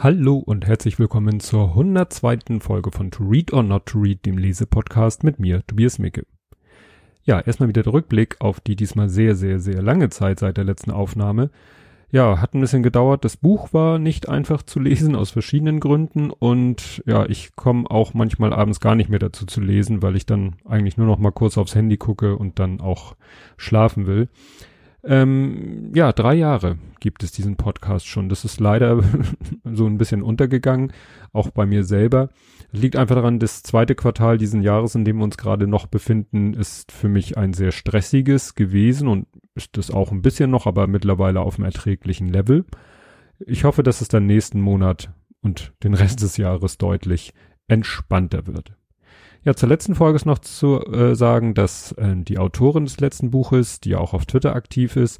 Hallo und herzlich willkommen zur 102. Folge von To Read or Not to Read, dem Lesepodcast mit mir, Tobias Micke. Ja, erstmal wieder der Rückblick auf die diesmal sehr, sehr, sehr lange Zeit seit der letzten Aufnahme. Ja, hat ein bisschen gedauert. Das Buch war nicht einfach zu lesen aus verschiedenen Gründen und ja, ich komme auch manchmal abends gar nicht mehr dazu zu lesen, weil ich dann eigentlich nur noch mal kurz aufs Handy gucke und dann auch schlafen will. 3 Jahre gibt es diesen Podcast schon. Das ist leider so ein bisschen untergegangen, auch bei mir selber. Liegt einfach daran, das zweite Quartal diesen Jahres, in dem wir uns gerade noch befinden, ist für mich ein sehr stressiges gewesen und ist das auch ein bisschen noch, aber mittlerweile auf einem erträglichen Level. Ich hoffe, dass es dann nächsten Monat und den Rest des Jahres deutlich entspannter wird. Ja, zur letzten Folge ist noch zu sagen, dass die Autorin des letzten Buches, die ja auch auf Twitter aktiv ist,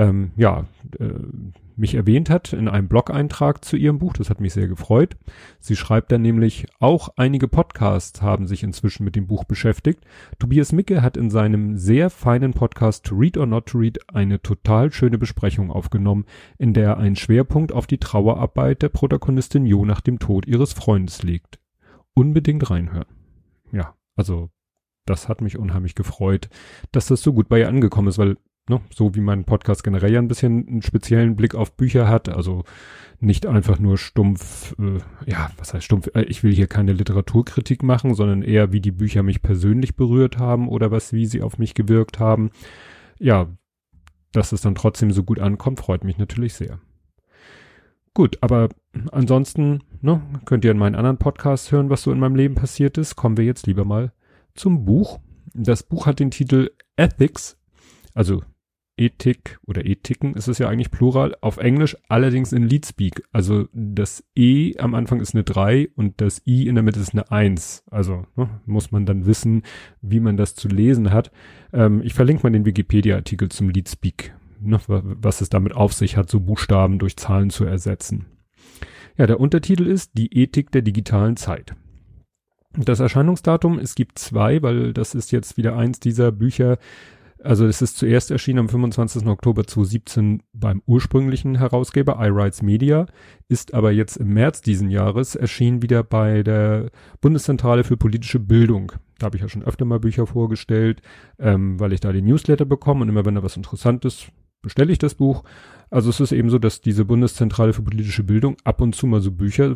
mich erwähnt hat in einem Blog-Eintrag zu ihrem Buch. Das hat mich sehr gefreut. Sie schreibt dann nämlich, auch einige Podcasts haben sich inzwischen mit dem Buch beschäftigt. Tobias Micke hat in seinem sehr feinen Podcast To Read or Not to Read eine total schöne Besprechung aufgenommen, in der er einen Schwerpunkt auf die Trauerarbeit der Protagonistin Jo nach dem Tod ihres Freundes legt. Unbedingt reinhören. Ja, also das hat mich unheimlich gefreut, dass das so gut bei ihr angekommen ist, weil, so wie mein Podcast generell ja ein bisschen einen speziellen Blick auf Bücher hat, also nicht einfach nur stumpf, ich will hier keine Literaturkritik machen, sondern eher wie die Bücher mich persönlich berührt haben oder wie sie auf mich gewirkt haben. Ja, dass es dann trotzdem so gut ankommt, freut mich natürlich sehr. Gut, aber ansonsten könnt ihr in meinen anderen Podcasts hören, was so in meinem Leben passiert ist. Kommen wir jetzt lieber mal zum Buch. Das Buch hat den Titel Ethics, also Ethik oder Ethiken ist es ja eigentlich Plural, auf Englisch allerdings in Leetspeak. Also das E am Anfang ist eine 3 und das I in der Mitte ist eine 1. Also muss man dann wissen, wie man das zu lesen hat. Ich verlinke mal den Wikipedia-Artikel zum Leetspeak, was es damit auf sich hat, so Buchstaben durch Zahlen zu ersetzen. Ja, der Untertitel ist Die Ethik der digitalen Zeit. Das Erscheinungsdatum, es gibt 2, weil das ist jetzt wieder eins dieser Bücher, also es ist zuerst erschienen am 25. Oktober 2017 beim ursprünglichen Herausgeber iWrites Media, ist aber jetzt im März diesen Jahres erschienen wieder bei der Bundeszentrale für politische Bildung. Da habe ich ja schon öfter mal Bücher vorgestellt, weil ich da den Newsletter bekomme und immer wenn da was Interessantes bestelle ich das Buch. Also es ist eben so, dass diese Bundeszentrale für politische Bildung ab und zu mal so Bücher,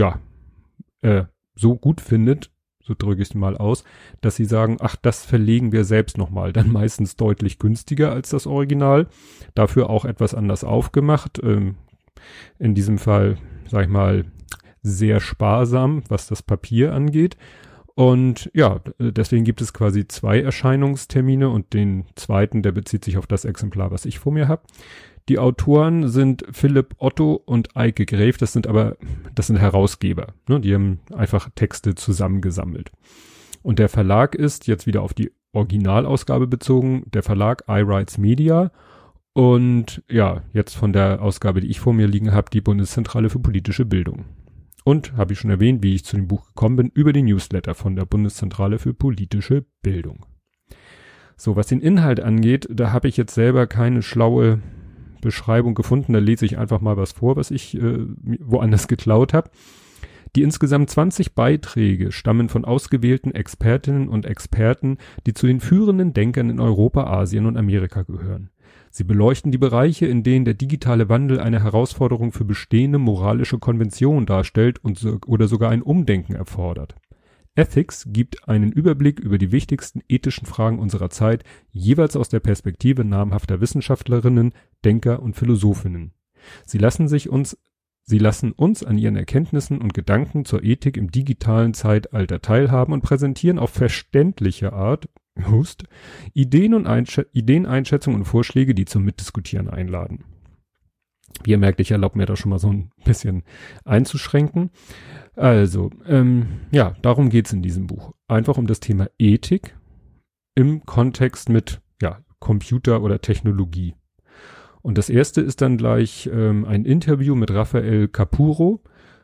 so gut findet, so drücke ich es mal aus, dass sie sagen, ach, das verlegen wir selbst nochmal. Dann meistens deutlich günstiger als das Original. Dafür auch etwas anders aufgemacht. In diesem Fall, sag ich mal, sehr sparsam, was das Papier angeht. Und ja, deswegen gibt es quasi 2 Erscheinungstermine und den zweiten, der bezieht sich auf das Exemplar, was ich vor mir habe. Die Autoren sind Philipp Otto und Eike Gräf, das sind Herausgeber, die haben einfach Texte zusammengesammelt. Und der Verlag ist, jetzt wieder auf die Originalausgabe bezogen, der Verlag iWrites Media und ja, jetzt von der Ausgabe, die ich vor mir liegen habe, die Bundeszentrale für politische Bildung. Und, habe ich schon erwähnt, wie ich zu dem Buch gekommen bin, über den Newsletter von der Bundeszentrale für politische Bildung. So, was den Inhalt angeht, da habe ich jetzt selber keine schlaue Beschreibung gefunden, da lese ich einfach mal was vor, was ich woanders geklaut habe. Die insgesamt 20 Beiträge stammen von ausgewählten Expertinnen und Experten, die zu den führenden Denkern in Europa, Asien und Amerika gehören. Sie beleuchten die Bereiche, in denen der digitale Wandel eine Herausforderung für bestehende moralische Konventionen darstellt oder sogar ein Umdenken erfordert. Ethics gibt einen Überblick über die wichtigsten ethischen Fragen unserer Zeit, jeweils aus der Perspektive namhafter Wissenschaftlerinnen, Denker und Philosophinnen. Sie lassen uns an ihren Erkenntnissen und Gedanken zur Ethik im digitalen Zeitalter teilhaben und präsentieren auf verständliche Art Ideen, Einschätzungen und Vorschläge, die zum Mitdiskutieren einladen. Wie ihr merkt, ich erlaube mir da schon mal so ein bisschen einzuschränken. Also, darum geht's in diesem Buch. Einfach um das Thema Ethik im Kontext mit, Computer oder Technologie. Und das erste ist dann gleich ein Interview mit Raphael Capurro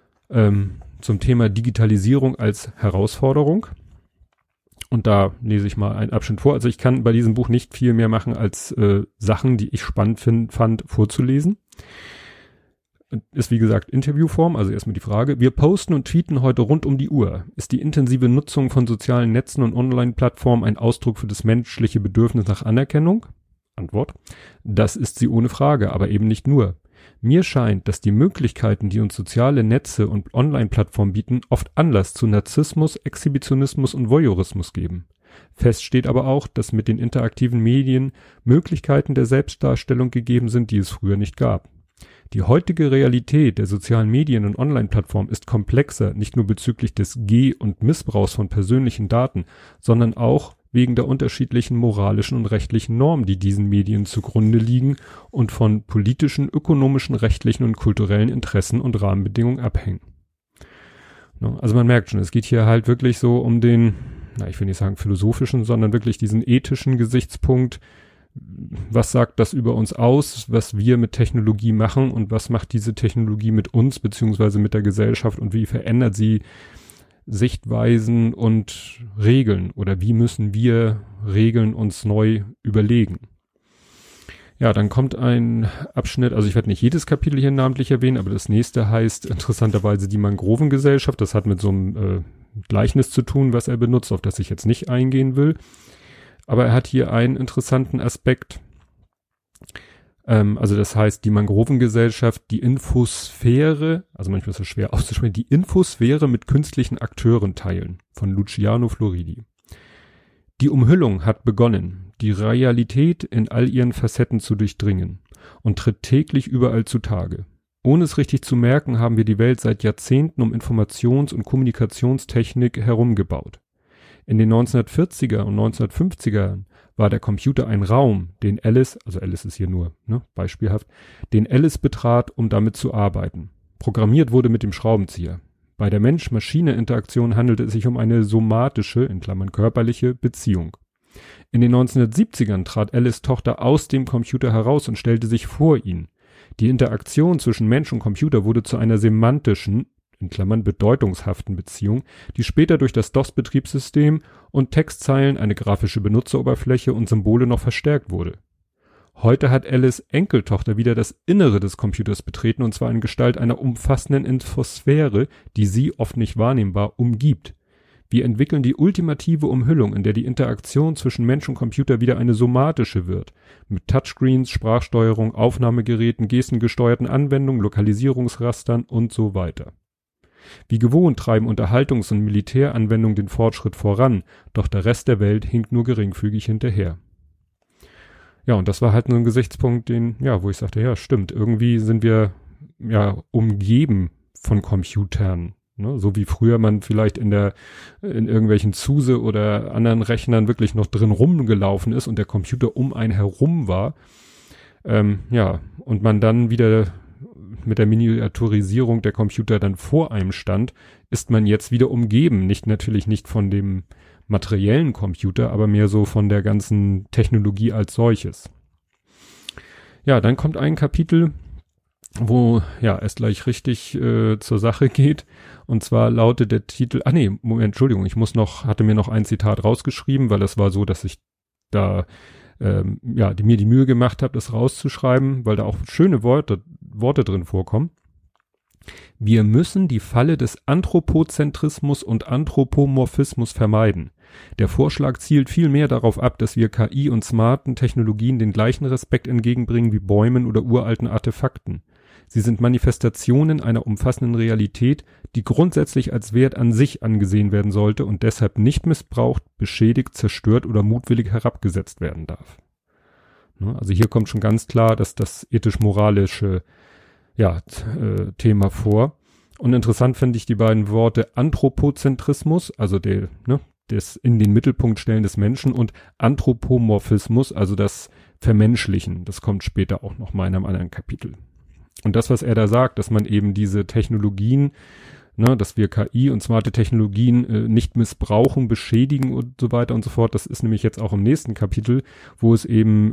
zum Thema Digitalisierung als Herausforderung. Und da lese ich mal einen Abschnitt vor. Also ich kann bei diesem Buch nicht viel mehr machen, als Sachen, die ich spannend fand, vorzulesen. Ist wie gesagt Interviewform, also erstmal die Frage, wir posten und tweeten heute rund um die Uhr. Ist die intensive Nutzung von sozialen Netzen und Online-Plattformen ein Ausdruck für das menschliche Bedürfnis nach Anerkennung? Antwort: Das ist sie ohne Frage, aber eben nicht nur. Mir scheint, dass die Möglichkeiten, die uns soziale Netze und Online-Plattformen bieten, oft Anlass zu Narzissmus, Exhibitionismus und Voyeurismus geben. Fest steht aber auch, dass mit den interaktiven Medien Möglichkeiten der Selbstdarstellung gegeben sind, die es früher nicht gab. Die heutige Realität der sozialen Medien und Online-Plattformen ist komplexer, nicht nur bezüglich des Geh- und Missbrauchs von persönlichen Daten, sondern auch wegen der unterschiedlichen moralischen und rechtlichen Normen, die diesen Medien zugrunde liegen und von politischen, ökonomischen, rechtlichen und kulturellen Interessen und Rahmenbedingungen abhängen. Also man merkt schon, es geht hier halt wirklich so um den, ich will nicht sagen philosophischen, sondern wirklich diesen ethischen Gesichtspunkt. Was sagt das über uns aus, was wir mit Technologie machen und was macht diese Technologie mit uns beziehungsweise mit der Gesellschaft und wie verändert sie Sichtweisen und Regeln oder wie müssen wir Regeln uns neu überlegen? Ja, dann kommt ein Abschnitt, also ich werde nicht jedes Kapitel hier namentlich erwähnen, aber das nächste heißt interessanterweise die Mangrovengesellschaft. Das hat mit so einem Gleichnis zu tun, was er benutzt, auf das ich jetzt nicht eingehen will. Aber er hat hier einen interessanten Aspekt. Also das heißt, die Mangrovengesellschaft, die Infosphäre, also manchmal ist es schwer auszusprechen, die Infosphäre mit künstlichen Akteuren teilen, von Luciano Floridi. Die Umhüllung hat begonnen, die Realität in all ihren Facetten zu durchdringen und tritt täglich überall zutage. Ohne es richtig zu merken, haben wir die Welt seit Jahrzehnten um Informations- und Kommunikationstechnik herumgebaut. In den 1940er und 1950ern war der Computer ein Raum, den Alice, also Alice ist hier nur beispielhaft, den Alice betrat, um damit zu arbeiten. Programmiert wurde mit dem Schraubenzieher. Bei der Mensch-Maschine-Interaktion handelte es sich um eine somatische, in Klammern körperliche, Beziehung. In den 1970ern trat Alice' Tochter aus dem Computer heraus und stellte sich vor ihn. Die Interaktion zwischen Mensch und Computer wurde zu einer semantischen, in Klammern bedeutungshaften Beziehung, die später durch das DOS-Betriebssystem und Textzeilen, eine grafische Benutzeroberfläche und Symbole noch verstärkt wurde. Heute hat Alice' Enkeltochter wieder das Innere des Computers betreten, und zwar in Gestalt einer umfassenden Infosphäre, die sie, oft nicht wahrnehmbar, umgibt. Wir entwickeln die ultimative Umhüllung, in der die Interaktion zwischen Mensch und Computer wieder eine somatische wird. Mit Touchscreens, Sprachsteuerung, Aufnahmegeräten, gestengesteuerten Anwendungen, Lokalisierungsrastern und so weiter. Wie gewohnt treiben Unterhaltungs- und Militäranwendungen den Fortschritt voran, doch der Rest der Welt hinkt nur geringfügig hinterher. Ja, und das war halt nur ein Gesichtspunkt, wo ich sagte, ja, stimmt, irgendwie sind wir umgeben von Computern. Ne? So wie früher man vielleicht in irgendwelchen SUSE oder anderen Rechnern wirklich noch drin rumgelaufen ist und der Computer um einen herum war. Und man dann wieder mit der Miniaturisierung der Computer dann vor einem stand, ist man jetzt wieder umgeben. Natürlich nicht von dem materiellen Computer, aber mehr so von der ganzen Technologie als solches. Ja, dann kommt ein Kapitel, wo es gleich richtig zur Sache geht. Und zwar lautet der Titel, Entschuldigung, hatte mir noch ein Zitat rausgeschrieben, weil es war so, dass ich da mir die Mühe gemacht habe, das rauszuschreiben, weil da auch schöne Worte drin vorkommen. Wir müssen die Falle des Anthropozentrismus und Anthropomorphismus vermeiden. Der Vorschlag zielt vielmehr darauf ab, dass wir KI und smarten Technologien den gleichen Respekt entgegenbringen wie Bäumen oder uralten Artefakten. Sie sind Manifestationen einer umfassenden Realität, die grundsätzlich als Wert an sich angesehen werden sollte und deshalb nicht missbraucht, beschädigt, zerstört oder mutwillig herabgesetzt werden darf. Also hier kommt schon ganz klar, dass das ethisch-moralische Thema vor. Und interessant finde ich die beiden Worte Anthropozentrismus, also das in den Mittelpunkt stellen des Menschen, und Anthropomorphismus, also das Vermenschlichen. Das kommt später auch noch mal in einem anderen Kapitel. Und das, was er da sagt, dass man eben diese Technologien, dass wir KI und smarte Technologien nicht missbrauchen, beschädigen und so weiter und so fort, das ist nämlich jetzt auch im nächsten Kapitel, wo es eben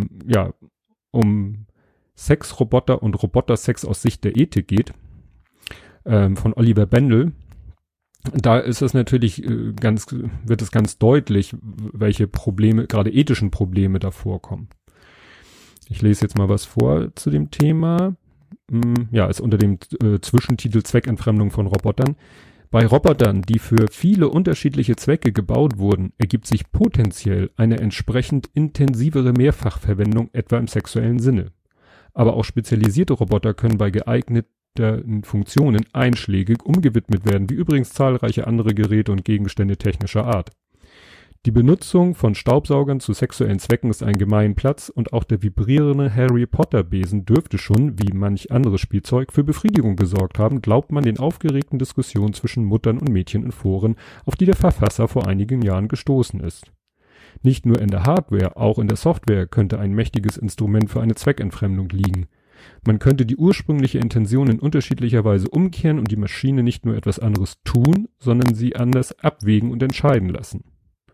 um Sexroboter und Robotersex aus Sicht der Ethik geht, von Oliver Bendel. Da ist es natürlich wird es ganz deutlich, welche Probleme, gerade ethischen Probleme da vorkommen. Ich lese jetzt mal was vor zu dem Thema. ist unter dem Zwischentitel Zweckentfremdung von Robotern. Bei Robotern, die für viele unterschiedliche Zwecke gebaut wurden, ergibt sich potenziell eine entsprechend intensivere Mehrfachverwendung, etwa im sexuellen Sinne. Aber auch spezialisierte Roboter können bei geeigneten Funktionen einschlägig umgewidmet werden, wie übrigens zahlreiche andere Geräte und Gegenstände technischer Art. Die Benutzung von Staubsaugern zu sexuellen Zwecken ist ein gemeiner Platz und auch der vibrierende Harry Potter Besen dürfte schon, wie manch anderes Spielzeug, für Befriedigung gesorgt haben, glaubt man den aufgeregten Diskussionen zwischen Muttern und Mädchen in Foren, auf die der Verfasser vor einigen Jahren gestoßen ist. Nicht nur in der Hardware, auch in der Software könnte ein mächtiges Instrument für eine Zweckentfremdung liegen. Man könnte die ursprüngliche Intention in unterschiedlicher Weise umkehren und die Maschine nicht nur etwas anderes tun, sondern sie anders abwägen und entscheiden lassen.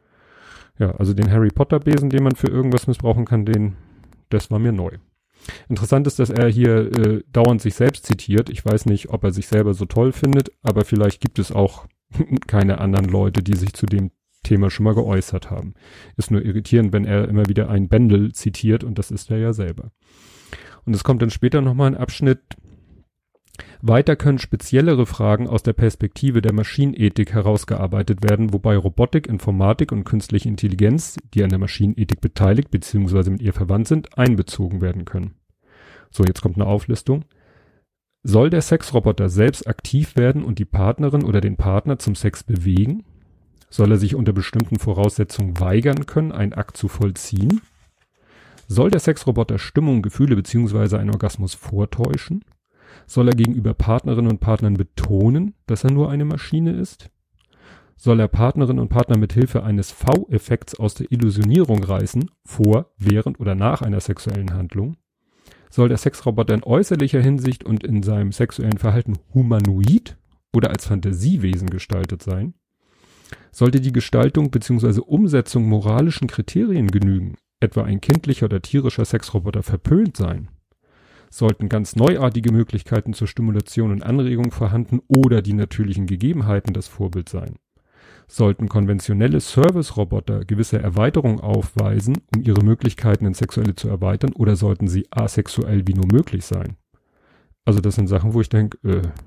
Ja, also den Harry Potter Besen, den man für irgendwas missbrauchen kann, das war mir neu. Interessant ist, dass er hier dauernd sich selbst zitiert. Ich weiß nicht, ob er sich selber so toll findet, aber vielleicht gibt es auch keine anderen Leute, die sich zu dem Thema schon mal geäußert haben. Ist nur irritierend, wenn er immer wieder einen Bendel zitiert und das ist er ja selber. Und es kommt dann später nochmal ein Abschnitt. Weiter können speziellere Fragen aus der Perspektive der Maschinenethik herausgearbeitet werden, wobei Robotik, Informatik und künstliche Intelligenz, die an der Maschinenethik beteiligt bzw. mit ihr verwandt sind, einbezogen werden können. So, jetzt kommt eine Auflistung. Soll der Sexroboter selbst aktiv werden und die Partnerin oder den Partner zum Sex bewegen? Soll er sich unter bestimmten Voraussetzungen weigern können, einen Akt zu vollziehen? Soll der Sexroboter Stimmung, Gefühle bzw. einen Orgasmus vortäuschen? Soll er gegenüber Partnerinnen und Partnern betonen, dass er nur eine Maschine ist? Soll er Partnerinnen und Partner mit Hilfe eines V-Effekts aus der Illusionierung reißen, vor, während oder nach einer sexuellen Handlung? Soll der Sexroboter in äußerlicher Hinsicht und in seinem sexuellen Verhalten humanoid oder als Fantasiewesen gestaltet sein? Sollte die Gestaltung bzw. Umsetzung moralischen Kriterien genügen, etwa ein kindlicher oder tierischer Sexroboter verpönt sein? Sollten ganz neuartige Möglichkeiten zur Stimulation und Anregung vorhanden oder die natürlichen Gegebenheiten das Vorbild sein? Sollten konventionelle Service-Roboter gewisse Erweiterungen aufweisen, um ihre Möglichkeiten ins Sexuelle zu erweitern, oder sollten sie asexuell wie nur möglich sein? Also das sind Sachen, wo ich denke,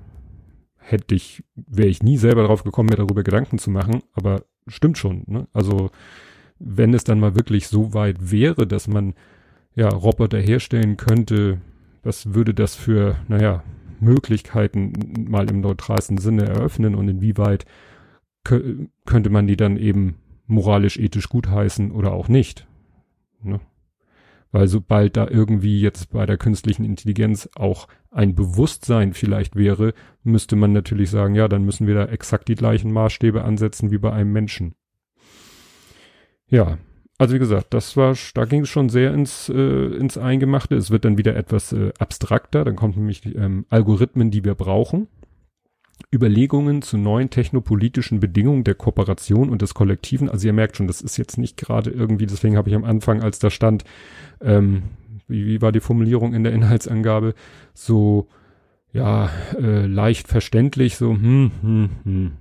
wäre ich nie selber drauf gekommen, mir darüber Gedanken zu machen, aber stimmt schon, ne? Also wenn es dann mal wirklich so weit wäre, dass man Roboter herstellen könnte, was würde das für, Möglichkeiten mal im neutralsten Sinne eröffnen und inwieweit könnte man die dann eben moralisch, ethisch gutheißen oder auch nicht, ne? Weil sobald da irgendwie jetzt bei der künstlichen Intelligenz auch ein Bewusstsein vielleicht wäre, müsste man natürlich sagen, ja, dann müssen wir da exakt die gleichen Maßstäbe ansetzen wie bei einem Menschen. Ja, also wie gesagt, da ging es schon sehr ins Eingemachte. Es wird dann wieder etwas abstrakter. Dann kommt nämlich Algorithmen, die wir brauchen. Überlegungen zu neuen technopolitischen Bedingungen der Kooperation und des Kollektiven. Also ihr merkt schon, das ist jetzt nicht gerade irgendwie, deswegen habe ich am Anfang, als da stand, wie war die Formulierung in der Inhaltsangabe, so, leicht verständlich, so, wenn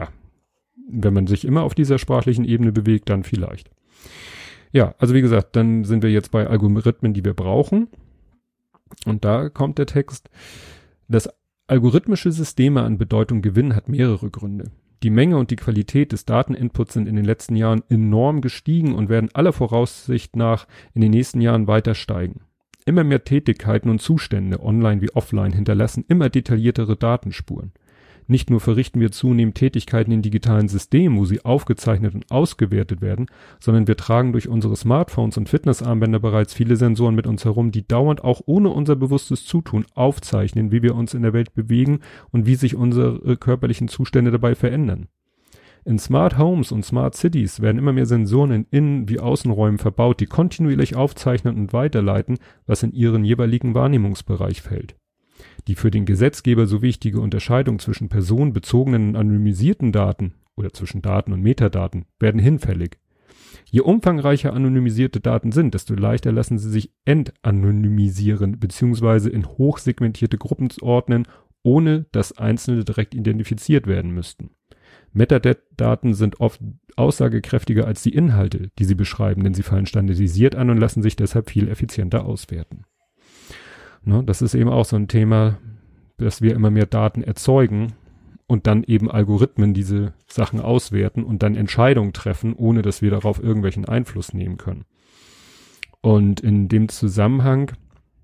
man sich immer auf dieser sprachlichen Ebene bewegt, dann vielleicht. Ja, also wie gesagt, dann sind wir jetzt bei Algorithmen, die wir brauchen. Und da kommt der Text. Das algorithmische Systeme an Bedeutung gewinnen hat mehrere Gründe. Die Menge und die Qualität des Dateninputs sind in den letzten Jahren enorm gestiegen und werden aller Voraussicht nach in den nächsten Jahren weiter steigen. Immer mehr Tätigkeiten und Zustände, online wie offline, hinterlassen immer detailliertere Datenspuren. Nicht nur verrichten wir zunehmend Tätigkeiten in digitalen Systemen, wo sie aufgezeichnet und ausgewertet werden, sondern wir tragen durch unsere Smartphones und Fitnessarmbänder bereits viele Sensoren mit uns herum, die dauernd auch ohne unser bewusstes Zutun aufzeichnen, wie wir uns in der Welt bewegen und wie sich unsere körperlichen Zustände dabei verändern. In Smart Homes und Smart Cities werden immer mehr Sensoren in Innen- wie Außenräumen verbaut, die kontinuierlich aufzeichnen und weiterleiten, was in ihren jeweiligen Wahrnehmungsbereich fällt. Die für den Gesetzgeber so wichtige Unterscheidung zwischen personenbezogenen und anonymisierten Daten oder zwischen Daten und Metadaten werden hinfällig. Je umfangreicher anonymisierte Daten sind, desto leichter lassen sie sich entanonymisieren bzw. in hochsegmentierte Gruppen ordnen, ohne dass Einzelne direkt identifiziert werden müssten. Metadaten sind oft aussagekräftiger als die Inhalte, die sie beschreiben, denn sie fallen standardisiert an und lassen sich deshalb viel effizienter auswerten. Ne, das ist eben auch so ein Thema, dass wir immer mehr Daten erzeugen und dann eben Algorithmen diese Sachen auswerten und dann Entscheidungen treffen, ohne dass wir darauf irgendwelchen Einfluss nehmen können. Und in dem Zusammenhang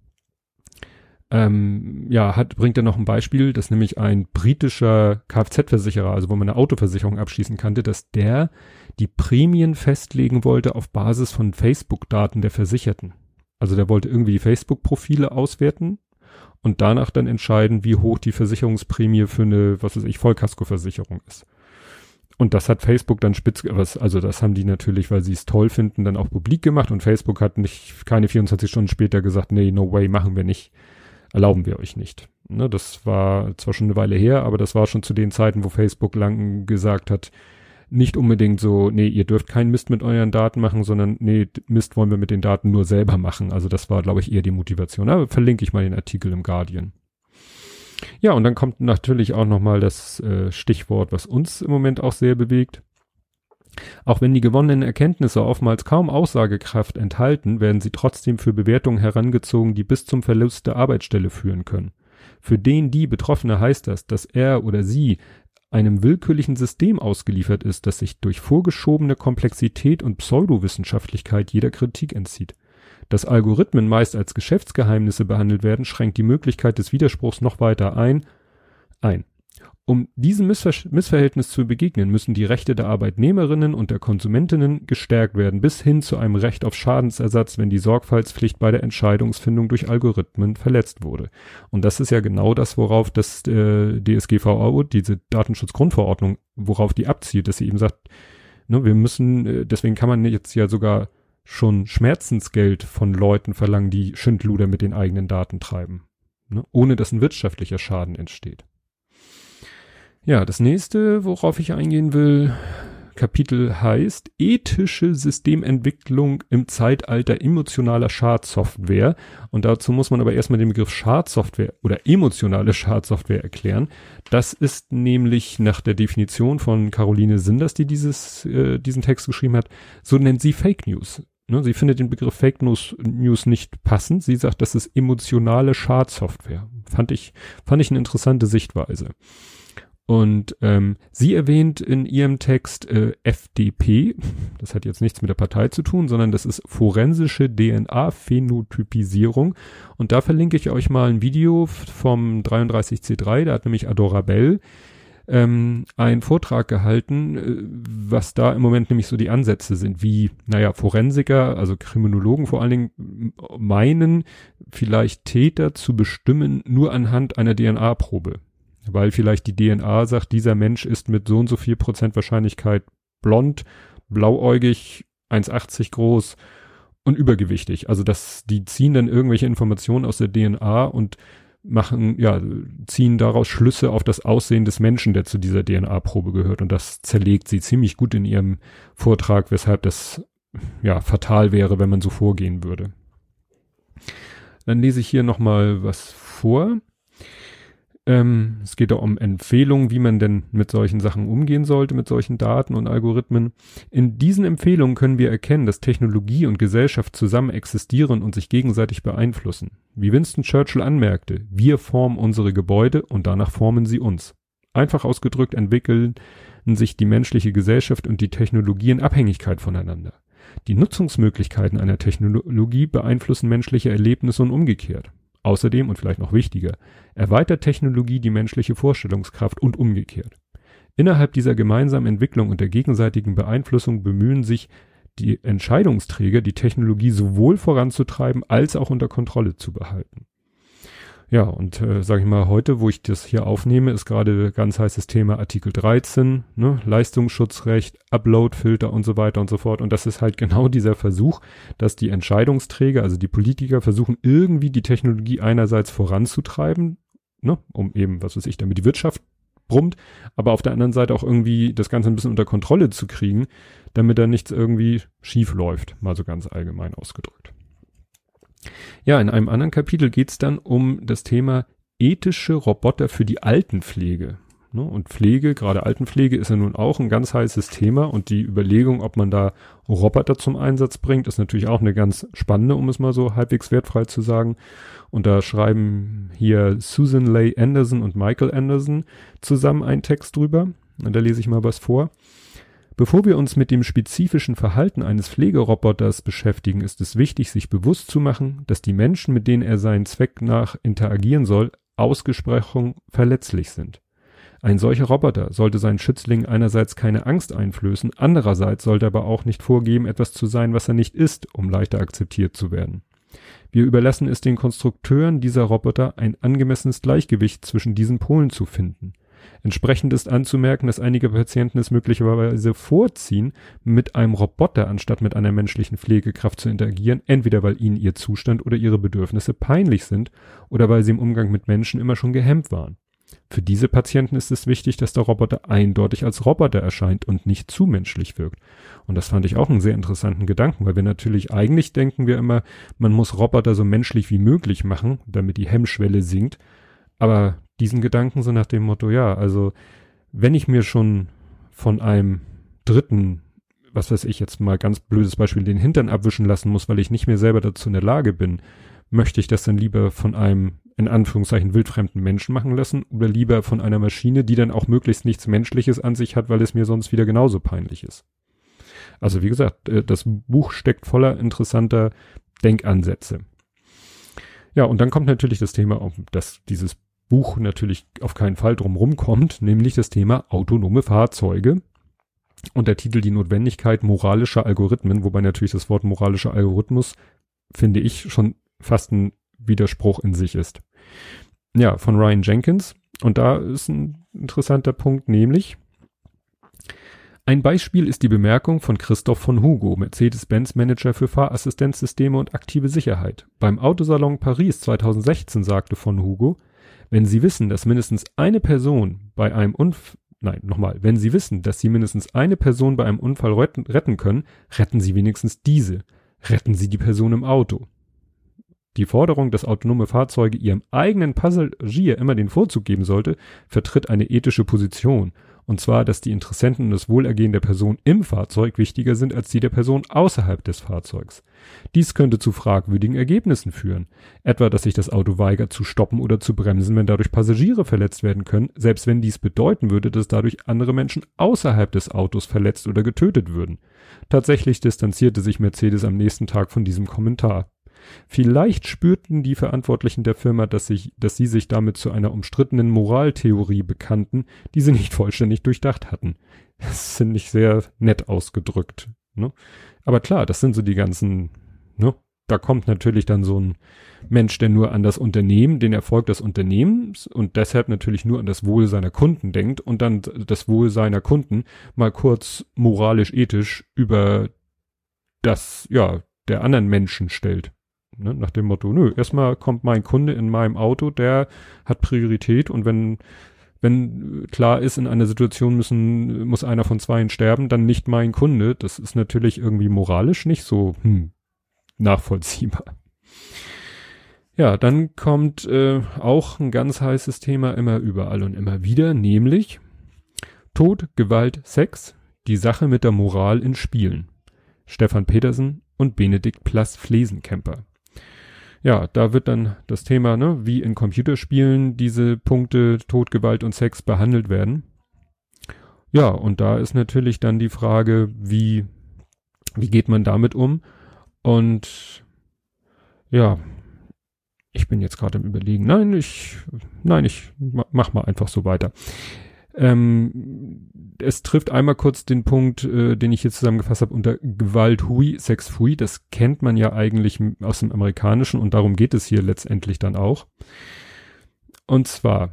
bringt er noch ein Beispiel, dass nämlich ein britischer Kfz-Versicherer, also wo man eine Autoversicherung abschließen kannte, dass der die Prämien festlegen wollte auf Basis von Facebook-Daten der Versicherten. Also der wollte irgendwie die Facebook-Profile auswerten und danach dann entscheiden, wie hoch die Versicherungsprämie für eine, Vollkaskoversicherung ist. Und das hat Facebook dann also das haben die natürlich, weil sie es toll finden, dann auch publik gemacht und Facebook hat keine 24 Stunden später gesagt, nee, no way, machen wir nicht, erlauben wir euch nicht. Ne, das war zwar schon eine Weile her, aber das war schon zu den Zeiten, wo Facebook lang gesagt hat, nicht unbedingt so, nee, ihr dürft keinen Mist mit euren Daten machen, sondern nee, Mist wollen wir mit den Daten nur selber machen. Also das war, glaube ich, eher die Motivation. Aber verlinke ich mal den Artikel im Guardian. Ja, und dann kommt natürlich auch nochmal das Stichwort, was uns im Moment auch sehr bewegt. Auch wenn die gewonnenen Erkenntnisse oftmals kaum Aussagekraft enthalten, werden sie trotzdem für Bewertungen herangezogen, die bis zum Verlust der Arbeitsstelle führen können. Für die Betroffene heißt das, dass er oder sie einem willkürlichen System ausgeliefert ist, das sich durch vorgeschobene Komplexität und Pseudowissenschaftlichkeit jeder Kritik entzieht. Dass Algorithmen meist als Geschäftsgeheimnisse behandelt werden, schränkt die Möglichkeit des Widerspruchs noch weiter ein. Um diesem Missverhältnis zu begegnen, müssen die Rechte der Arbeitnehmerinnen und der Konsumentinnen gestärkt werden, bis hin zu einem Recht auf Schadensersatz, wenn die Sorgfaltspflicht bei der Entscheidungsfindung durch Algorithmen verletzt wurde. Und das ist ja genau das, worauf das DSGVO, diese Datenschutzgrundverordnung, worauf die abzielt, dass sie eben sagt, ne, wir müssen, deswegen kann man jetzt ja sogar schon Schmerzensgeld von Leuten verlangen, die Schindluder mit den eigenen Daten treiben, ne, ohne dass ein wirtschaftlicher Schaden entsteht. Ja, das nächste, worauf ich eingehen will, Kapitel heißt ethische Systementwicklung im Zeitalter emotionaler Schadsoftware. Und dazu muss man aber erstmal den Begriff Schadsoftware oder emotionale Schadsoftware erklären. Das ist nämlich nach der Definition von Caroline Sinders, die diesen Text geschrieben hat, so nennt sie Fake News. Ne, sie findet den Begriff Fake News nicht passend. Sie sagt, das ist emotionale Schadsoftware. Fand ich eine interessante Sichtweise. Und sie erwähnt in ihrem Text FDP, das hat jetzt nichts mit der Partei zu tun, sondern das ist forensische DNA-Phänotypisierung. Und da verlinke ich euch mal ein Video vom 33C3, da hat nämlich Adora Bell einen Vortrag gehalten, was da im Moment nämlich so die Ansätze sind, wie, Forensiker, also Kriminologen vor allen Dingen, meinen, vielleicht Täter zu bestimmen nur anhand einer DNA-Probe. Weil vielleicht die DNA sagt, dieser Mensch ist mit so und so viel % Wahrscheinlichkeit blond, blauäugig, 1,80 groß und übergewichtig. Also die ziehen dann irgendwelche Informationen aus der DNA und ziehen daraus Schlüsse auf das Aussehen des Menschen, der zu dieser DNA-Probe gehört. Und das zerlegt sie ziemlich gut in ihrem Vortrag, weshalb das fatal wäre, wenn man so vorgehen würde. Dann lese ich hier nochmal was vor. Es geht auch um Empfehlungen, wie man denn mit solchen Sachen umgehen sollte, mit solchen Daten und Algorithmen. In diesen Empfehlungen können wir erkennen, dass Technologie und Gesellschaft zusammen existieren und sich gegenseitig beeinflussen. Wie Winston Churchill anmerkte, wir formen unsere Gebäude und danach formen sie uns. Einfach ausgedrückt entwickeln sich die menschliche Gesellschaft und die Technologie in Abhängigkeit voneinander. Die Nutzungsmöglichkeiten einer Technologie beeinflussen menschliche Erlebnisse und umgekehrt. Außerdem, und vielleicht noch wichtiger, erweitert Technologie die menschliche Vorstellungskraft und umgekehrt. Innerhalb dieser gemeinsamen Entwicklung und der gegenseitigen Beeinflussung bemühen sich die Entscheidungsträger, die Technologie sowohl voranzutreiben, als auch unter Kontrolle zu behalten. Ja, und sage ich mal, heute, wo ich das hier aufnehme, ist gerade ganz heißes Thema Artikel 13, ne, Leistungsschutzrecht, Uploadfilter und so weiter und so fort. Und das ist halt genau dieser Versuch, dass die Entscheidungsträger, also die Politiker, versuchen irgendwie die Technologie einerseits voranzutreiben, ne, um eben, damit die Wirtschaft brummt, aber auf der anderen Seite auch irgendwie das Ganze ein bisschen unter Kontrolle zu kriegen, damit da nichts irgendwie schief läuft, mal so ganz allgemein ausgedrückt. Ja, in einem anderen Kapitel geht es dann um das Thema ethische Roboter für die Altenpflege. Ne? Und Pflege, gerade Altenpflege, ist ja nun auch ein ganz heißes Thema und die Überlegung, ob man da Roboter zum Einsatz bringt, ist natürlich auch eine ganz spannende, um es mal so halbwegs wertfrei zu sagen. Und da schreiben hier Susan Leigh Anderson und Michael Anderson zusammen einen Text drüber. Und da lese ich mal was vor. Bevor wir uns mit dem spezifischen Verhalten eines Pflegeroboters beschäftigen, ist es wichtig, sich bewusst zu machen, dass die Menschen, mit denen er seinen Zweck nach interagieren soll, ausgesprochen verletzlich sind. Ein solcher Roboter sollte seinen Schützlingen einerseits keine Angst einflößen, andererseits sollte er aber auch nicht vorgeben, etwas zu sein, was er nicht ist, um leichter akzeptiert zu werden. Wir überlassen es den Konstrukteuren dieser Roboter, ein angemessenes Gleichgewicht zwischen diesen Polen zu finden. Entsprechend ist anzumerken, dass einige Patienten es möglicherweise vorziehen, mit einem Roboter anstatt mit einer menschlichen Pflegekraft zu interagieren, entweder weil ihnen ihr Zustand oder ihre Bedürfnisse peinlich sind oder weil sie im Umgang mit Menschen immer schon gehemmt waren. Für diese Patienten ist es wichtig, dass der Roboter eindeutig als Roboter erscheint und nicht zu menschlich wirkt. Und das fand ich auch einen sehr interessanten Gedanken, weil wir natürlich eigentlich denken wir immer, man muss Roboter so menschlich wie möglich machen, damit die Hemmschwelle sinkt. Aber diesen Gedanken so nach dem Motto, ja, also wenn ich mir schon von einem Dritten, was weiß ich jetzt mal ganz blödes Beispiel, den Hintern abwischen lassen muss, weil ich nicht mehr selber dazu in der Lage bin, möchte ich das dann lieber von einem, in Anführungszeichen, wildfremden Menschen machen lassen oder lieber von einer Maschine, die dann auch möglichst nichts Menschliches an sich hat, weil es mir sonst wieder genauso peinlich ist. Also wie gesagt, das Buch steckt voller interessanter Denkansätze. Ja, und dann kommt natürlich das Thema, dass dieses Buch natürlich auf keinen Fall drum rumkommt, nämlich das Thema autonome Fahrzeuge und der Titel die Notwendigkeit moralischer Algorithmen, wobei natürlich das Wort moralischer Algorithmus, finde ich, schon fast ein Widerspruch in sich ist. Ja, von Ryan Jenkins, und da ist ein interessanter Punkt, nämlich ein Beispiel ist die Bemerkung von Christoph von Hugo, Mercedes-Benz Manager für Fahrassistenzsysteme und aktive Sicherheit. Beim Autosalon Paris 2016 sagte von Hugo, wenn Sie wissen, dass mindestens eine Person bei einem wenn Sie wissen, dass Sie mindestens eine Person bei einem Unfall retten können, retten Sie wenigstens diese. Retten Sie die Person im Auto. Die Forderung, dass autonome Fahrzeuge ihrem eigenen Passagier immer den Vorzug geben sollte, vertritt eine ethische Position. Und zwar, dass die Interessenten und das Wohlergehen der Person im Fahrzeug wichtiger sind als die der Person außerhalb des Fahrzeugs. Dies könnte zu fragwürdigen Ergebnissen führen. Etwa, dass sich das Auto weigert zu stoppen oder zu bremsen, wenn dadurch Passagiere verletzt werden können, selbst wenn dies bedeuten würde, dass dadurch andere Menschen außerhalb des Autos verletzt oder getötet würden. Tatsächlich distanzierte sich Mercedes am nächsten Tag von diesem Kommentar. Vielleicht spürten die Verantwortlichen der Firma, dass sie sich damit zu einer umstrittenen Moraltheorie bekannten, die sie nicht vollständig durchdacht hatten. Das finde ich sehr nett ausgedrückt. Ne? Aber klar, das sind so die ganzen, ne? Da kommt natürlich dann so ein Mensch, der nur an das Unternehmen, den Erfolg des Unternehmens und deshalb natürlich nur an das Wohl seiner Kunden denkt und dann das Wohl seiner Kunden mal kurz moralisch-ethisch über das, ja, der anderen Menschen stellt. Ne, nach dem Motto, nö, erstmal kommt mein Kunde in meinem Auto, der hat Priorität und wenn klar ist, in einer Situation muss einer von zweien sterben, dann nicht mein Kunde. Das ist natürlich irgendwie moralisch nicht so nachvollziehbar. Ja, dann kommt auch ein ganz heißes Thema immer überall und immer wieder, nämlich Tod, Gewalt, Sex, die Sache mit der Moral in Spielen. Stefan Petersen und Benedikt Plass-Flesenkemper. Ja, da wird dann das Thema, ne, wie in Computerspielen diese Punkte Tod, Gewalt und Sex behandelt werden. Ja, und da ist natürlich dann die Frage, wie geht man damit um? Und ja, ich bin jetzt gerade im Überlegen. Nein, ich mach mal einfach so weiter. Es trifft einmal kurz den Punkt, den ich hier zusammengefasst habe, unter Gewalt hui, Sex pfui. Das kennt man ja eigentlich aus dem Amerikanischen und darum geht es hier letztendlich dann auch. Und zwar,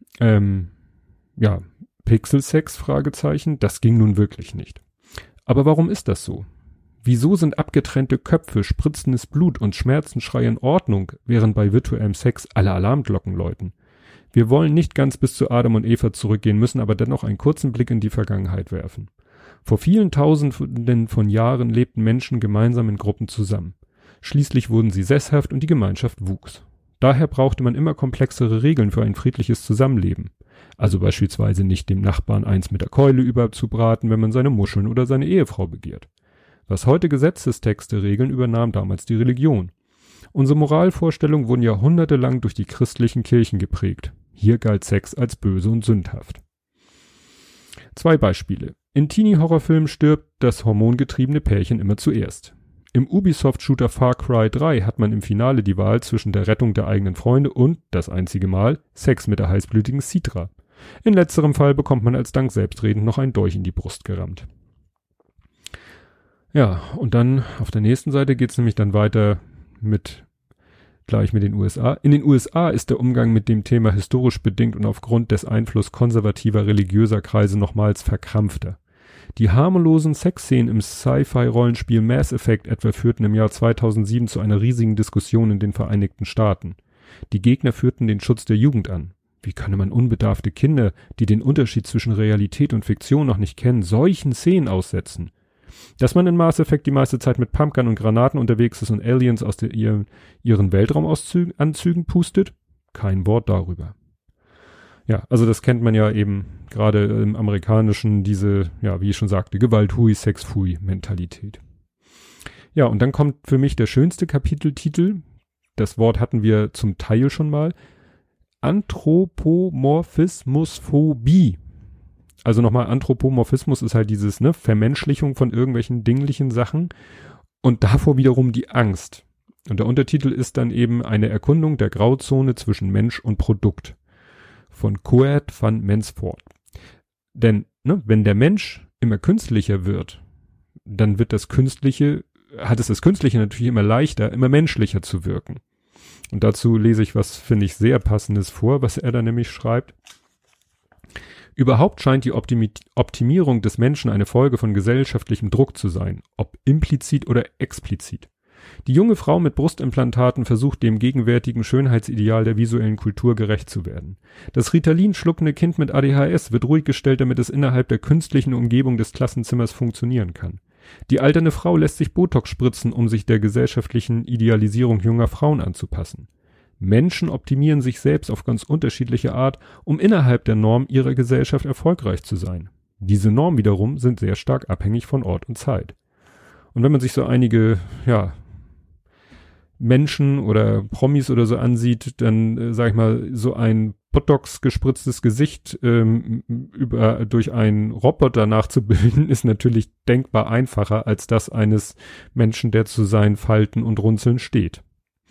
Pixelsex, Fragezeichen, das ging nun wirklich nicht. Aber warum ist das so? Wieso sind abgetrennte Köpfe, spritzendes Blut und Schmerzenschrei in Ordnung, während bei virtuellem Sex alle Alarmglocken läuten? Wir wollen nicht ganz bis zu Adam und Eva zurückgehen, müssen aber dennoch einen kurzen Blick in die Vergangenheit werfen. Vor vielen Tausenden von Jahren lebten Menschen gemeinsam in Gruppen zusammen. Schließlich wurden sie sesshaft und die Gemeinschaft wuchs. Daher brauchte man immer komplexere Regeln für ein friedliches Zusammenleben. Also beispielsweise nicht dem Nachbarn eins mit der Keule überzubraten, wenn man seine Muscheln oder seine Ehefrau begehrt. Was heute Gesetzestexte regeln, übernahm damals die Religion. Unsere Moralvorstellungen wurden jahrhundertelang durch die christlichen Kirchen geprägt. Hier galt Sex als böse und sündhaft. 2 Beispiele. In Teenie-Horrorfilmen stirbt das hormongetriebene Pärchen immer zuerst. Im Ubisoft-Shooter Far Cry 3 hat man im Finale die Wahl zwischen der Rettung der eigenen Freunde und, das einzige Mal, Sex mit der heißblütigen Citra. In letzterem Fall bekommt man als Dank selbstredend noch ein Dolch in die Brust gerammt. Ja, und dann auf der nächsten Seite geht's nämlich dann weiter gleich mit den USA. In den USA ist der Umgang mit dem Thema historisch bedingt und aufgrund des Einflusses konservativer religiöser Kreise nochmals verkrampfter. Die harmlosen Sexszenen im Sci-Fi-Rollenspiel Mass Effect etwa führten im Jahr 2007 zu einer riesigen Diskussion in den Vereinigten Staaten. Die Gegner führten den Schutz der Jugend an. Wie könne man unbedarfte Kinder, die den Unterschied zwischen Realität und Fiktion noch nicht kennen, solchen Szenen aussetzen? Dass man in Mass Effect die meiste Zeit mit Pumpgun und Granaten unterwegs ist und Aliens aus ihren Weltraumanzügen pustet? Kein Wort darüber. Ja, also das kennt man ja eben gerade im Amerikanischen, diese, ja, wie ich schon sagte, Gewalt, Hui, Sex, Pfui Mentalität. Ja, und dann kommt für mich der schönste Kapiteltitel. Das Wort hatten wir zum Teil schon mal. Anthropomorphismusphobie. Also nochmal, Anthropomorphismus ist halt dieses, Vermenschlichung von irgendwelchen dinglichen Sachen und davor wiederum die Angst. Und der Untertitel ist dann eben eine Erkundung der Grauzone zwischen Mensch und Produkt von Coert van Mensford. Denn, wenn der Mensch immer künstlicher wird, dann hat es das Künstliche natürlich immer leichter, immer menschlicher zu wirken. Und dazu lese ich was, finde ich, sehr Passendes vor, was er da nämlich schreibt. Überhaupt scheint die Optimierung des Menschen eine Folge von gesellschaftlichem Druck zu sein, ob implizit oder explizit. Die junge Frau mit Brustimplantaten versucht dem gegenwärtigen Schönheitsideal der visuellen Kultur gerecht zu werden. Das Ritalin schluckende Kind mit ADHS wird ruhig gestellt, damit es innerhalb der künstlichen Umgebung des Klassenzimmers funktionieren kann. Die alternde Frau lässt sich Botox spritzen, um sich der gesellschaftlichen Idealisierung junger Frauen anzupassen. Menschen optimieren sich selbst auf ganz unterschiedliche Art, um innerhalb der Norm ihrer Gesellschaft erfolgreich zu sein. Diese Normen wiederum sind sehr stark abhängig von Ort und Zeit. Und wenn man sich so einige, Menschen oder Promis oder so ansieht, dann, sag ich mal, so ein Botox gespritztes Gesicht durch einen Roboter nachzubilden, ist natürlich denkbar einfacher als das eines Menschen, der zu seinen Falten und Runzeln steht.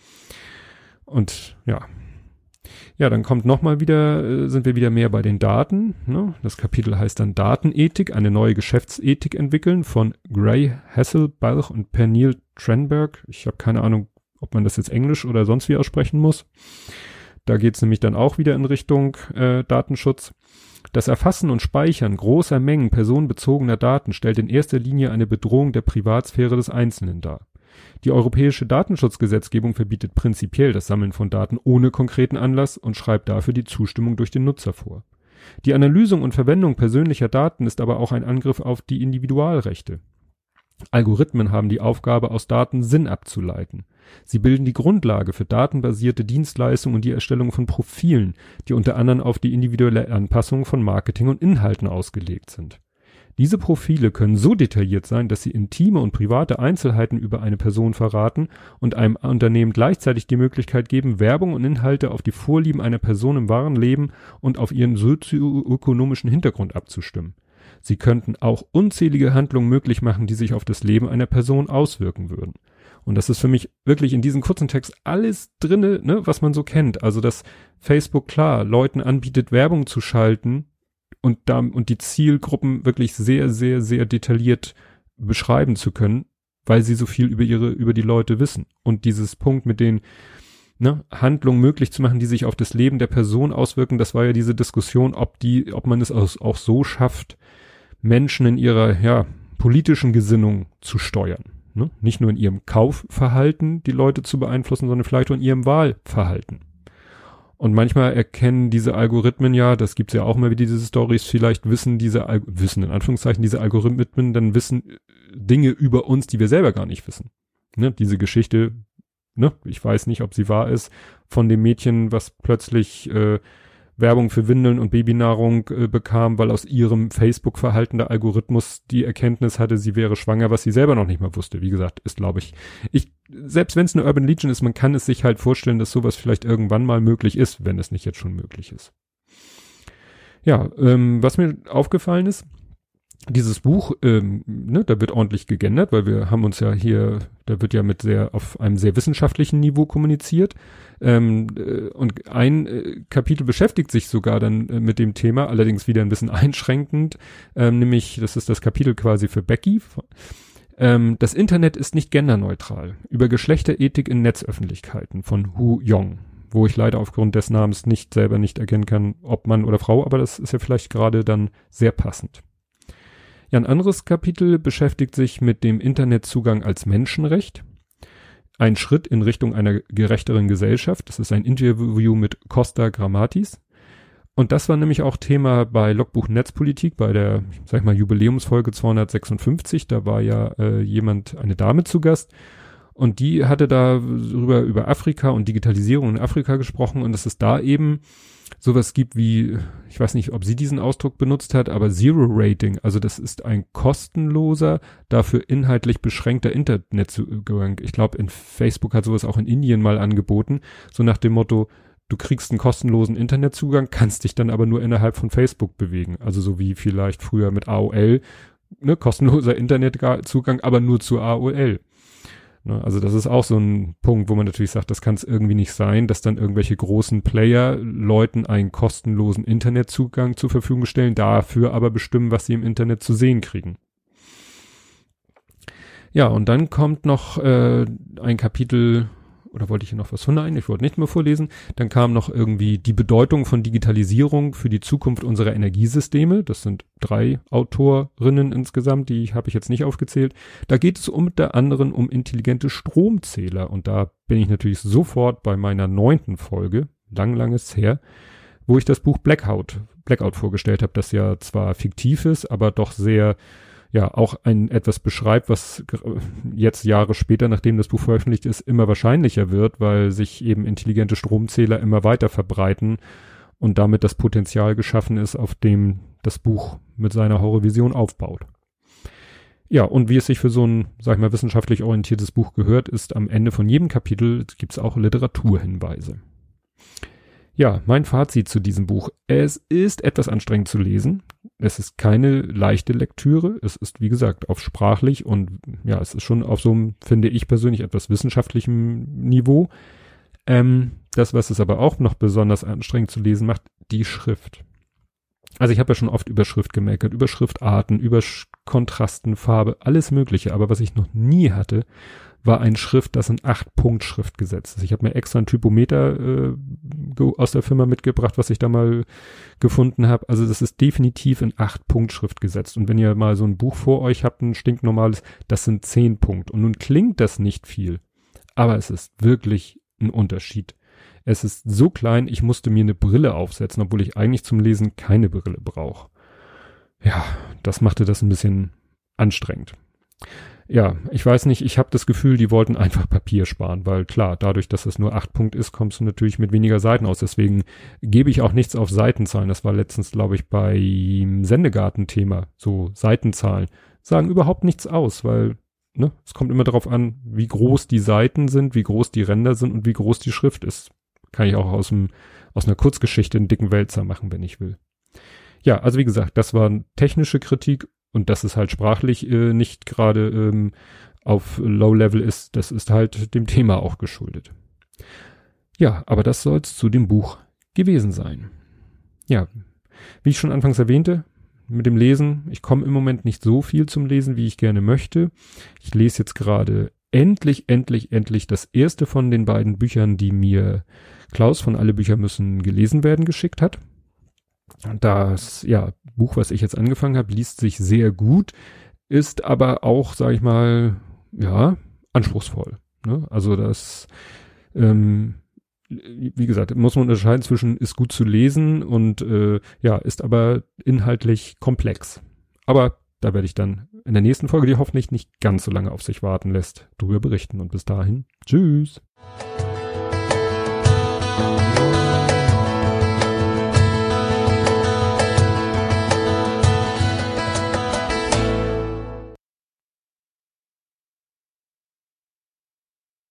Und ja, dann kommt nochmal wieder, sind wir wieder mehr bei den Daten. Das Kapitel heißt dann Datenethik, eine neue Geschäftsethik entwickeln von Gray Hasselbalch und Pernille Trenberg. Ich habe keine Ahnung, ob man das jetzt Englisch oder sonst wie aussprechen muss. Da geht es nämlich dann auch wieder in Richtung Datenschutz. Das Erfassen und Speichern großer Mengen personenbezogener Daten stellt in erster Linie eine Bedrohung der Privatsphäre des Einzelnen dar. Die europäische Datenschutzgesetzgebung verbietet prinzipiell das Sammeln von Daten ohne konkreten Anlass und schreibt dafür die Zustimmung durch den Nutzer vor. Die Analyse und Verwendung persönlicher Daten ist aber auch ein Angriff auf die Individualrechte. Algorithmen haben die Aufgabe, aus Daten Sinn abzuleiten. Sie bilden die Grundlage für datenbasierte Dienstleistungen und die Erstellung von Profilen, die unter anderem auf die individuelle Anpassung von Marketing und Inhalten ausgelegt sind. Diese Profile können so detailliert sein, dass sie intime und private Einzelheiten über eine Person verraten und einem Unternehmen gleichzeitig die Möglichkeit geben, Werbung und Inhalte auf die Vorlieben einer Person im wahren Leben und auf ihren sozioökonomischen Hintergrund abzustimmen. Sie könnten auch unzählige Handlungen möglich machen, die sich auf das Leben einer Person auswirken würden. Und das ist für mich wirklich in diesem kurzen Text alles drinne, was man so kennt. Also, dass Facebook klar Leuten anbietet, Werbung zu schalten und die Zielgruppen wirklich sehr, sehr, sehr detailliert beschreiben zu können, weil sie so viel über die Leute wissen. Und dieses Punkt mit den Handlungen möglich zu machen, die sich auf das Leben der Person auswirken, das war ja diese Diskussion, ob man es auch so schafft, Menschen in ihrer politischen Gesinnung zu steuern. Nicht nur in ihrem Kaufverhalten die Leute zu beeinflussen, sondern vielleicht auch in ihrem Wahlverhalten. Und manchmal erkennen diese Algorithmen das gibt's ja auch immer wieder diese Stories, vielleicht wissen diese Algorithmen dann wissen Dinge über uns, die wir selber gar nicht wissen. Diese Geschichte, ich weiß nicht, ob sie wahr ist, von dem Mädchen, was plötzlich Werbung für Windeln und Babynahrung bekam, weil aus ihrem Facebook-Verhalten der Algorithmus die Erkenntnis hatte, sie wäre schwanger, was sie selber noch nicht mal wusste. Wie gesagt, ist, glaube ich, selbst wenn es eine Urban Legend ist, man kann es sich halt vorstellen, dass sowas vielleicht irgendwann mal möglich ist, wenn es nicht jetzt schon möglich ist. Ja, was mir aufgefallen ist, dieses Buch, da wird ordentlich gegendert, weil wir haben uns ja hier, da wird ja auf einem sehr wissenschaftlichen Niveau kommuniziert. Und ein Kapitel beschäftigt sich sogar dann mit dem Thema, allerdings wieder ein bisschen einschränkend, nämlich, das ist das Kapitel quasi für Becky. Das Internet ist nicht genderneutral. Über Geschlechterethik in Netzöffentlichkeiten von Hu Yong, wo ich leider aufgrund des Namens selber nicht erkennen kann, ob Mann oder Frau, aber das ist ja vielleicht gerade dann sehr passend. Ja, ein anderes Kapitel beschäftigt sich mit dem Internetzugang als Menschenrecht. Ein Schritt in Richtung einer gerechteren Gesellschaft. Das ist ein Interview mit Costa Grammatis. Und das war nämlich auch Thema bei Logbuch Netzpolitik, bei der, Jubiläumsfolge 256. Da war ja eine Dame zu Gast. Und die hatte da über Afrika und Digitalisierung in Afrika gesprochen. Und dass es da eben sowas gibt wie, ich weiß nicht, ob sie diesen Ausdruck benutzt hat, aber Zero Rating, also das ist ein kostenloser, dafür inhaltlich beschränkter Internetzugang. Ich glaube, in Facebook hat sowas auch in Indien mal angeboten, so nach dem Motto, du kriegst einen kostenlosen Internetzugang, kannst dich dann aber nur innerhalb von Facebook bewegen. Also so wie vielleicht früher mit AOL, ne, kostenloser Internetzugang, aber nur zu AOL. Also das ist auch so ein Punkt, wo man natürlich sagt, das kann es irgendwie nicht sein, dass dann irgendwelche großen Player Leuten einen kostenlosen Internetzugang zur Verfügung stellen, dafür aber bestimmen, was sie im Internet zu sehen kriegen. Ja, und dann kommt noch ein Kapitel, oder wollte ich hier noch was von? Nein, ich wollte nicht mehr vorlesen. Dann kam noch irgendwie die Bedeutung von Digitalisierung für die Zukunft unserer Energiesysteme. Das sind 3 Autorinnen insgesamt, die habe ich jetzt nicht aufgezählt. Da geht es unter anderem um intelligente Stromzähler. Und da bin ich natürlich sofort bei meiner 9. Folge, langes her, wo ich das Buch Blackout vorgestellt habe, das ja zwar fiktiv ist, aber doch sehr, ja, auch etwas beschreibt, was jetzt Jahre später, nachdem das Buch veröffentlicht ist, immer wahrscheinlicher wird, weil sich eben intelligente Stromzähler immer weiter verbreiten und damit das Potenzial geschaffen ist, auf dem das Buch mit seiner Horrorvision aufbaut. Ja, und wie es sich für so ein, wissenschaftlich orientiertes Buch gehört, ist am Ende von jedem Kapitel gibt's auch Literaturhinweise. Ja, mein Fazit zu diesem Buch. Es ist etwas anstrengend zu lesen. Es ist keine leichte Lektüre. Es ist, wie gesagt, auf sprachlich und ja, es ist schon auf so einem, finde ich persönlich, etwas wissenschaftlichem Niveau. Das, was es aber auch noch besonders anstrengend zu lesen macht, die Schrift. Also ich habe ja schon oft über Schrift gemeckert, über Schriftarten, über Kontrasten, Farbe, alles Mögliche. Aber was ich noch nie hatte, war ein Schrift, das in 8-Punkt-Schrift gesetzt ist. Ich habe mir extra ein Typometer aus der Firma mitgebracht, was ich da mal gefunden habe. Also das ist definitiv in 8-Punkt-Schrift gesetzt. Und wenn ihr mal so ein Buch vor euch habt, ein stinknormales, das sind 10 Punkte. Und nun klingt das nicht viel, aber es ist wirklich ein Unterschied. Es ist so klein, ich musste mir eine Brille aufsetzen, obwohl ich eigentlich zum Lesen keine Brille brauche. Ja, das machte das ein bisschen anstrengend. Ja, ich weiß nicht, ich habe das Gefühl, die wollten einfach Papier sparen, weil klar, dadurch, dass es nur 8 Punkt ist, kommst du natürlich mit weniger Seiten aus. Deswegen gebe ich auch nichts auf Seitenzahlen. Das war letztens, glaube ich, beim Sendegarten-Thema, so Seitenzahlen. Sagen überhaupt nichts aus, weil es kommt immer darauf an, wie groß die Seiten sind, wie groß die Ränder sind und wie groß die Schrift ist. Kann ich auch aus einer Kurzgeschichte einen dicken Wälzer machen, wenn ich will. Ja, also wie gesagt, das war eine technische Kritik. Und dass es halt sprachlich nicht gerade auf Low-Level ist, das ist halt dem Thema auch geschuldet. Ja, aber das soll es zu dem Buch gewesen sein. Ja, wie ich schon anfangs erwähnte, mit dem Lesen, ich komme im Moment nicht so viel zum Lesen, wie ich gerne möchte. Ich lese jetzt gerade endlich das erste von den beiden Büchern, die mir Klaus von Alle Bücher müssen gelesen werden geschickt hat. Das Buch, was ich jetzt angefangen habe, liest sich sehr gut, ist aber auch, sage ich mal, anspruchsvoll. Ne? Also das, wie gesagt, muss man unterscheiden zwischen ist gut zu lesen und ist aber inhaltlich komplex. Aber da werde ich dann in der nächsten Folge, die hoffentlich nicht ganz so lange auf sich warten lässt, drüber berichten. Und bis dahin, tschüss.